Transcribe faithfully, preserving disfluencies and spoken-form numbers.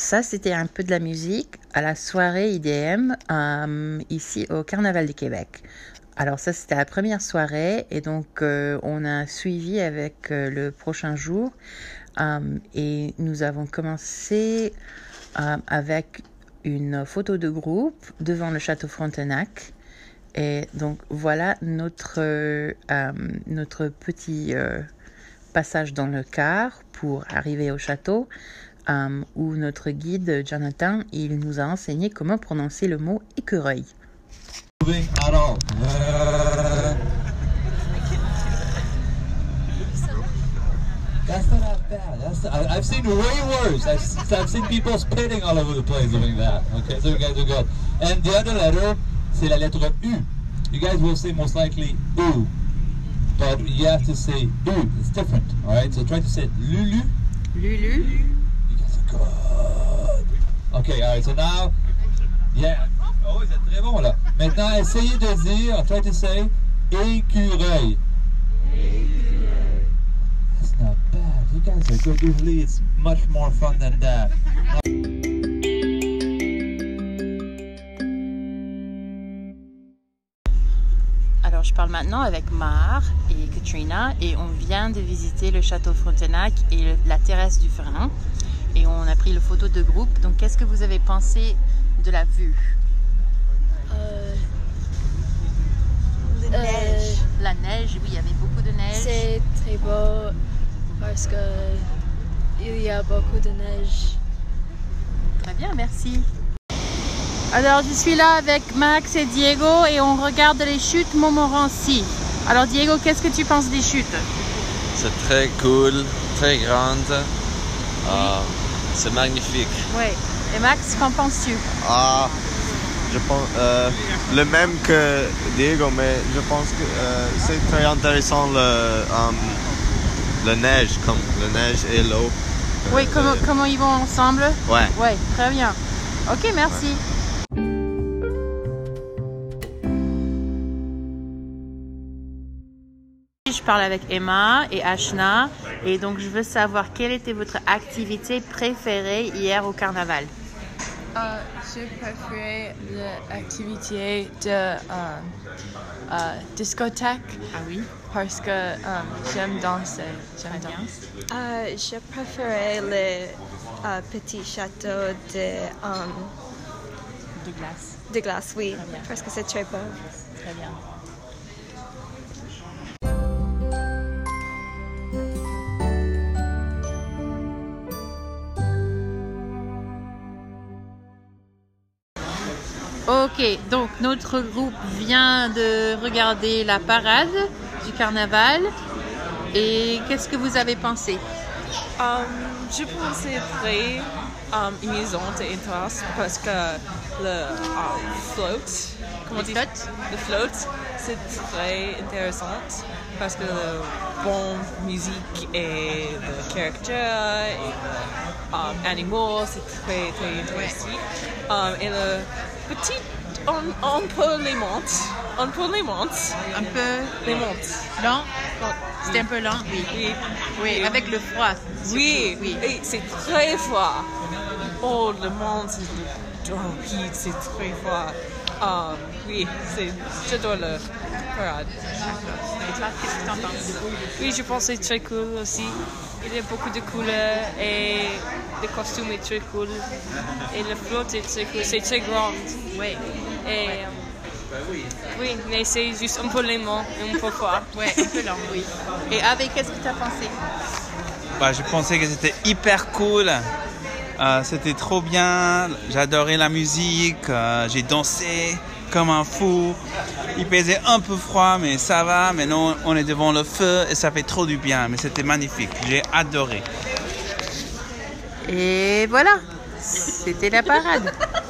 ça, c'était un peu de la musique à la soirée I D M euh, ici au Carnaval du Québec. Alors ça, c'était la première soirée et donc euh, on a suivi avec euh, le prochain jour euh, et nous avons commencé euh, avec une photo de groupe devant le château Frontenac. Et donc voilà notre, euh, notre petit euh, passage dans le car pour arriver au château euh, où notre guide Jonathan, il nous a enseigné comment prononcer le mot écureuil. At all. That's not that bad. That's not, I, I've seen way worse. I've, I've seen people spitting all over the place doing that. Okay, so you guys are good. And the other letter, c'est la lettre U. You guys will say most likely U, but you have to say U. It's different. All right, so try to say Lulu. Lulu. You guys are good. Okay, all right. So now, yeah. Oh, vous êtes très bon là. Maintenant, essayez de dire, try to say, écureuil. Écureuil. That's not bad. You guys are good. Usually it's much more fun than that. Alors, je parle maintenant avec Mar et Katrina et on vient de visiter le château Frontenac et le, la terrasse du Frein. Et on a pris le photo de groupe. Donc, qu'est-ce que vous avez pensé de la vue? Euh, de euh, neige. La neige, oui, il y avait beaucoup de neige. C'est très beau parce que il y a beaucoup de neige. Très bien, merci. Alors, je suis là avec Max et Diego et on regarde les chutes Montmorency. Alors, Diego, qu'est-ce que tu penses des chutes? C'est très cool, très grande. Euh, c'est magnifique. Oui. Et Max, qu'en penses-tu? Ah, je pense euh, le même que Diego, mais je pense que euh, c'est très intéressant le, um, le neige, comme le neige et l'eau. Oui, euh, comment, comment ils vont ensemble? Ouais. Oui, très bien. Ok, merci. Ouais. Je parle avec Emma et Ashna et donc je veux savoir quelle était votre activité préférée hier au carnaval. Euh, j'ai préféré l'activité de euh, euh, discothèque. Ah oui. Parce que euh, j'aime danser. J'aime danser. Euh, j'ai préféré le euh, petit château de, um, de glace. De glace, oui. Parce que c'est très beau. Très bien. Ok, donc notre groupe vient de regarder la parade du carnaval et qu'est-ce que vous avez pensé? Um, je pensais très um, amusante et intéressante parce que le um, float, comment on dit? Le float, c'est très intéressant parce que le bon musique et le caractère et le um, animal, c'est très très intéressant. Um, et le petit, on, on peut les monter, on peut les monter. Un peu les monter. Lent? C'était un peu lent, oui. Oui, oui. Avec le froid. Oui, oui. Et c'est très froid. Oh, le monde, c'est, oh, c'est très froid. Um, oui, c'est, j'adore le parade. Et toi, qu'est-ce que tu en penses? Oui, je pense que c'est très cool aussi. Il y a beaucoup de couleurs et le costume est très cool. Et le float est très cool. C'est très grand. Oui. Et ouais. oui, mais c'est juste un peu lent et un peu froid. Oui, un peu lent, oui. Et avec, qu'est-ce que tu as pensé? Bah, je pensais que c'était hyper cool. Euh, c'était trop bien. J'adorais la musique. Euh, j'ai dansé comme un fou. Il faisait un peu froid, mais ça va. Maintenant, on est devant le feu et ça fait trop du bien. Mais c'était magnifique. J'ai adoré. Et voilà, c'était la parade.